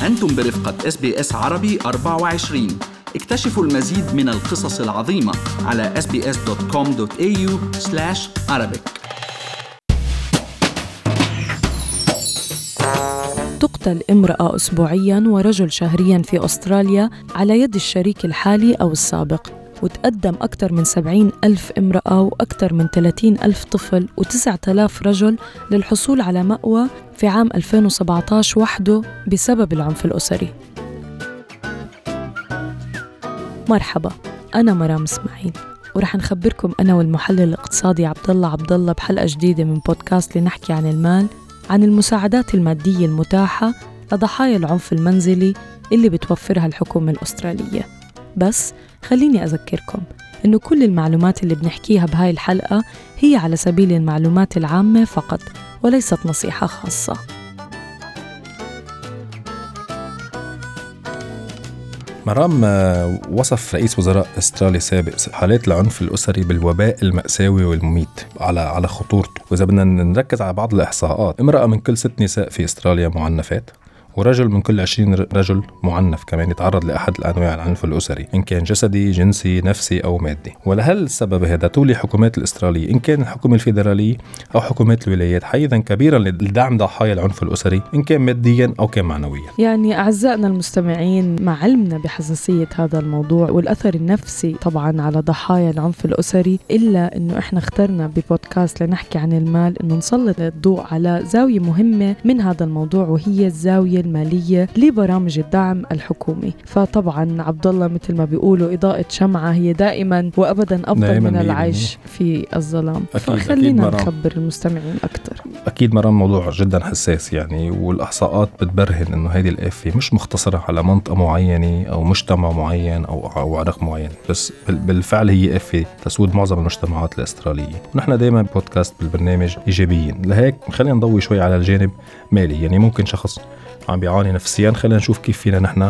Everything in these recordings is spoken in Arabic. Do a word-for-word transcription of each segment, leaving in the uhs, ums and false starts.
أنتم برفقة إس بي إس عربي أربعة وعشرين. اكتشفوا المزيد من القصص العظيمة على إس بي إس دوت كوم دوت إيه يو سلاش عربيك. تقتل امرأة أسبوعياً ورجل شهرياً في أستراليا على يد الشريك الحالي أو السابق، وتقدم أكثر من سبعين ألف امرأة وأكثر من ثلاثين ألف طفل وتسعة آلاف رجل للحصول على مأوى في عام ألفين وسبعة عشر وحده بسبب العنف الأسري. مرحبا، أنا مرام إسماعيل، ورح نخبركم أنا والمحلل الاقتصادي عبدالله عبدالله بحلقة جديدة من بودكاست لنحكي عن المال، عن المساعدات المادية المتاحة لضحايا العنف المنزلي اللي بتوفرها الحكومة الأسترالية. بس خليني أذكركم إنه كل المعلومات اللي بنحكيها بهاي الحلقة هي على سبيل المعلومات العامة فقط، وليست نصيحة خاصة. مرام، وصف رئيس وزراء استراليا السابق حالات العنف الأسري بالوباء المأساوي والمميت على على خطورته. وإذا بدنا نركز على بعض الإحصاءات، امرأة من كل ست نساء في استراليا معنفات، ورجل من كل عشرين رجل معنف كمان يتعرض لأحد الأنواع العنف الأسري، إن كان جسدي، جنسي، نفسي أو مادي. ولهل السبب هذا تولي الحكومات الأسترالية، إن كان الحكومة الفيدرالية أو حكومات الولايات، حيزا كبيرا لدعم ضحايا العنف الأسري، إن كان ماديا أو كان معنويا. يعني أعزائنا المستمعين، مع علمنا بحساسية هذا الموضوع والأثر النفسي طبعا على ضحايا العنف الأسري، إلا إنه إحنا اخترنا ببودكاست لنحكي عن المال إنه نسلط الضوء على زاوية مهمة من هذا الموضوع، وهي الزاوية المالية لبرامج الدعم الحكومي. فطبعا عبد الله مثل ما بيقولوا إضاءة شمعة هي دائما وأبدا أفضل من العيش في الظلام. فخلينا نخبر المستمعين أكتر. أكيد مرام، موضوع جدا حساس يعني، والإحصاءات بتبرهن إنه هذه الآفة مش مختصرة على منطقة معينة أو مجتمع معين أو أو عرق معين، بس بالفعل هي آفة تسود معظم المجتمعات الأسترالية. ونحن دائما بودكاست بالبرنامج إيجابيين، لهيك خلينا نضوي شوي على الجانب مالي. يعني ممكن شخص عم بيعاني نفسيا، خلينا نشوف كيف فينا نحن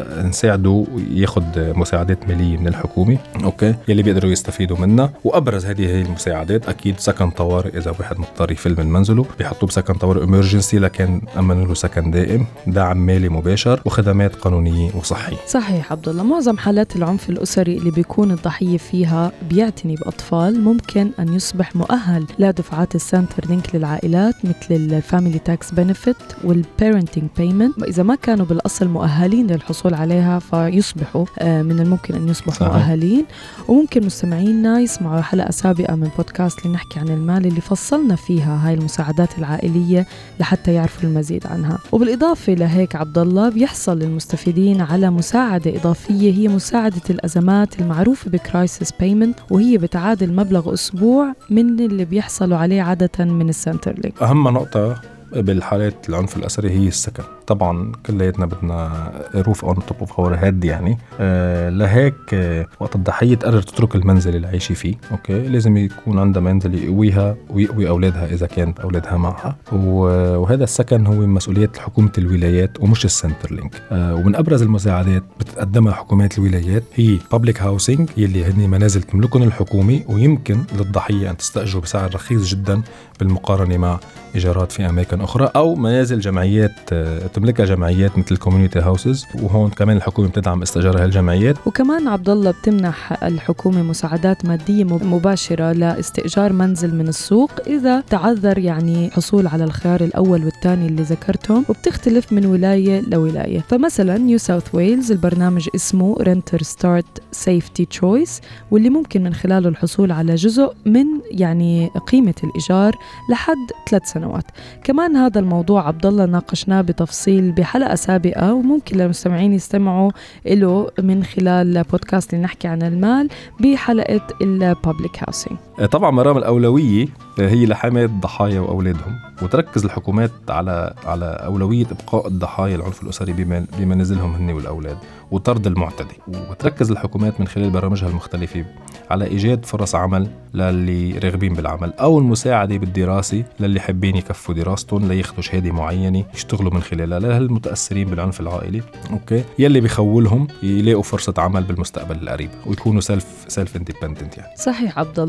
نساعده ياخد مساعدات مالية من الحكومة، أوكي، يلي بيقدروا يستفيدوا منها. وأبرز هذه هي المساعدات أكيد سكن طوارئ، إذا واحد مضطر يفل من منزله بيحطوه بسكن طوارئ إمرجنسي، لكن أمنوا له سكن دائم، دعم مالي مباشر، وخدمات قانونية وصحية. صحيح عبد الله، معظم حالات العنف الأسري اللي بيكون الضحية فيها بيعتني بأطفال، ممكن أن يصبح مؤهل لدفعات السنتر لينك للعائلات مثل الفاميلي تاكس بنفيت والبيرنتينج بايمنت. إذا ما كانوا بالأصل مؤهلين للحصول عليها فيصبحوا من الممكن أن يصبحوا صحيح. مؤهلين. وممكن مستمعينا يسمعوا حلقة سابقة من بودكاست لنحكي عن المال اللي فصلنا فيها هاي المساعدات العائلية لحتى يعرفوا المزيد عنها. وبالإضافة لهيك عبد الله، بيحصل للمستفيدين على مساعدة إضافية، هي مساعدة الأزمات المعروفة بكرايسيس بايمنت، وهي بتعادل مبلغ أسبوع من اللي بيحصلوا عليه عادة من السنتر لينك. أهم نقطة بالحالات العنف الأسري هي السكن. طبعا كلياتنا بدنا روف أو نطب فور هاد يعني. آه لهيك آه وقت الضحية تقرر تترك المنزل اللي عايشة فيه، أوكي، لازم يكون عندها منزل يقويها ويقوي أولادها إذا كانت أولادها معها. وهذا السكن هو مسؤولية حكومة الولايات ومش السنتر لينك. آه ومن أبرز المساعدات بتقدمها حكومات الولايات هي public housing، يلي هني منازل تملكهم الحكومة، ويمكن للضحية أن تستأجره بسعر رخيص جدا بالمقارنة مع إيجارات في أماكن أخرى، أو منازل جمعيات تملكها جمعيات مثل كوميونيتي هاوسز، وهون كمان الحكومة بتدعم استئجار هالجمعيات. وكمان عبد الله بتمنح الحكومة مساعدات مادية مباشرة لاستئجار منزل من السوق إذا تعذر يعني حصول على الخيار الأول والثاني اللي ذكرتهم، وبتختلف من ولاية لولاية. فمثلا نيو ساوث ويلز البرنامج اسمه رنتر ستارت سيفتي تشويس، واللي ممكن من خلاله الحصول على جزء من يعني قيمة الإيجار لحد ثلاث سنوات. كمان هذا الموضوع عبد الله ناقشناه بتفصيل بحلقة سابقة، وممكن للمستمعين يستمعوا له من خلال بودكاست لنحكي عن المال بحلقة البابليك هاوسينج. طبعا مرام، الأولوية هي لحماية الضحايا وأولادهم، وتركز الحكومات على على أولوية إبقاء الضحايا العنف الأسري بمنازلهم هن والأولاد، وطرد المعتدي. وتركز الحكومات من خلال برامجها المختلفة على إيجاد فرص عمل للي راغبين بالعمل، أو المساعدة بالدراسة للي حابين يكفوا دراستهم لياخدوا شهادة معينة يشتغلوا من خلالها، للمتأثرين بالعنف العائلي، أوكي، يلي بيخولهم يلاقوا فرصة عمل بالمستقبل القريب ويكونوا سيلف سيلف اندبندنت يعني. صحيح عبد الله. وبتقدم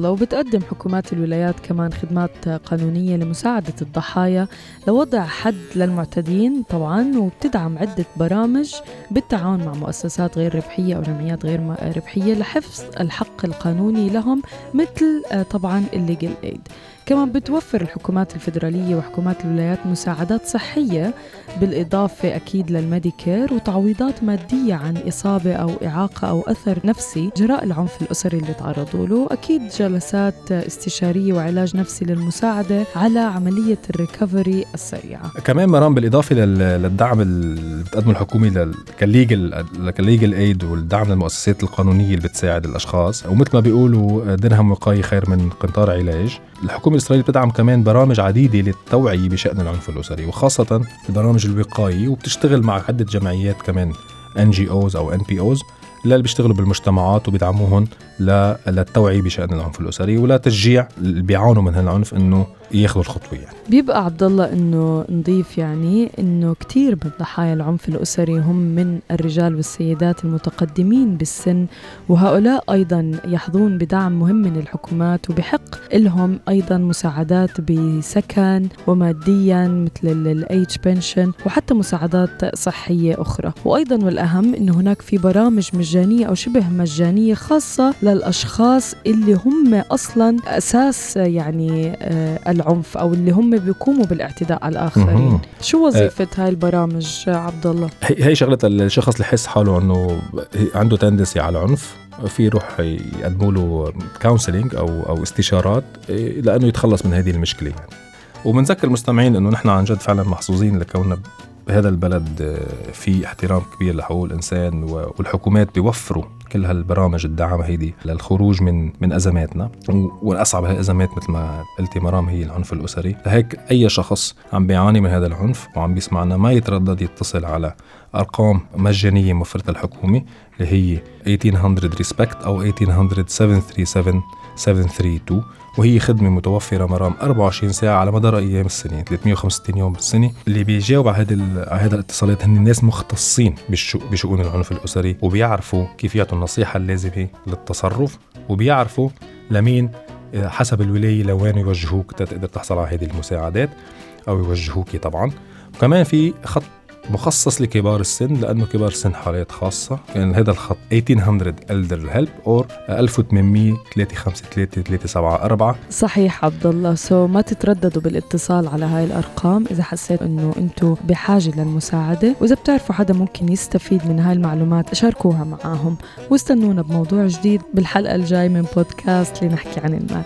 وبتقدم حكومات الولايات كمان خدمات قانونية لمساعدة الضحايا لوضع حد للمعتدين طبعا، وبتدعم عدة برامج بالتعاون مع مؤسسات غير ربحية أو جمعيات غير ربحية لحفظ الحق القانوني لهم، مثل طبعا الليجل ايد. كمان بتوفر الحكومات الفيدرالية وحكومات الولايات مساعدات صحية بالإضافة أكيد للميديكير وتعويضات مادية عن إصابة أو إعاقة أو أثر نفسي جراء العنف الأسري اللي تعرضوا له. أكيد جلسات استشارية وعلاج نفسي للمساعدة على عملية الريكفري السريعة. كمان مرام بالإضافة للدعم اللي بتقدمه الحكومة كالليجل كالليجل ايد والدعم للمؤسسات القانونية اللي بتساعد الأشخاص، ومثل ما بيقولوا درهم وقاية خير من قنطار علاج. الحكومة الإسرائيلية بتدعم كمان برامج عديدة للتوعية بشأن العنف الأسري وخاصة البرامج الوقائية، وبتشتغل مع عدة جمعيات كمان إن جي أوز أو إن بي أوز اللي بيشتغلوا بالمجتمعات وبيدعموهم للتوعية بشأن العنف الأسري ولا تشجيع اللي بيعانوا من هالعنف إنه ياخذوا الخطوة. يعني بيبقى عبد الله إنه نضيف يعني إنه كتير من ضحايا العنف الأسري هم من الرجال والسيدات المتقدمين بالسن، وهؤلاء أيضا يحظون بدعم مهم من الحكومات وبحق لهم أيضا مساعدات بسكن وماديا مثل الإيج بنشن وحتى مساعدات صحية أخرى. وأيضا والأهم إنه هناك في برامج مجانية أو شبه مجانية خاصة للأشخاص اللي هم أصلا أساس يعني آه العنف أو اللي هم بيقوموا بالاعتداء على الآخرين. شو وظيفة هاي البرامج عبد الله؟ هي شغلة الشخص اللي يحس حاله أنه عنده تندسي على العنف، في يروح يقدموا له كونسلينج أو أو استشارات لأنه يتخلص من هذه المشكلة. يعني وبنذكر المستمعين أنه نحن عن جد فعلا محظوظين لكوننا بهذا البلد في احترام كبير لحقوق الإنسان، والحكومات بيوفروا كل هالبرامج الدعم هيدي للخروج من من أزماتنا، والأصعب هالأزمات مثل ما قلتي مرام هي العنف الأسري. لهيك أي شخص عم بيعاني من هذا العنف وعم بيسمعنا ما يتردد يتصل على أرقام مجانية موفرتها الحكومة اللي هي ثمانية مية ريسبكت أو ثمانية مية سبعة ثلاثة سبعة سبعة ثلاثة اثنين، وهي خدمة متوفرة مرام أربعة وعشرين ساعة على مدار أيام السنة ثلاثمية وخمسة وستين يوم بالسنة. اللي بيجاوب على هذه على هذه الاتصالات هن الناس مختصين بشؤون العنف الأسري وبيعرفوا كيف يعطوا النصيحة اللازمة للتصرف، وبيعرفوا لمين حسب الولاية لوين يوجهوك تقدر تحصل على هذه المساعدات أو يوجهوك طبعا. وكمان في خط مخصص لكبار السن لأنه كبار السن حالات خاصة، يعني هذا الخط ثمانية مية Elder Help أو ألف وثمانمية ثلاثة خمسة ثلاثة ثلاثة سبعة أربعة. صحيح عبد الله، سو ما تترددوا بالاتصال على هاي الأرقام إذا حسيت إنه أنتوا بحاجة للمساعدة، وإذا بتعرفوا حدا ممكن يستفيد من هاي المعلومات شاركوها معاهم، واستنونا بموضوع جديد بالحلقة الجاي من بودكاست لنحكي عن المال.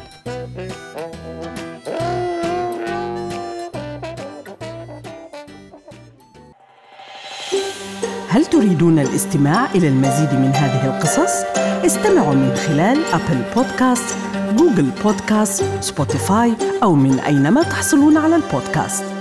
هل تريدون الاستماع إلى المزيد من هذه القصص؟ استمعوا من خلال أبل بودكاست، جوجل بودكاست، سبوتيفاي أو من أينما تحصلون على البودكاست.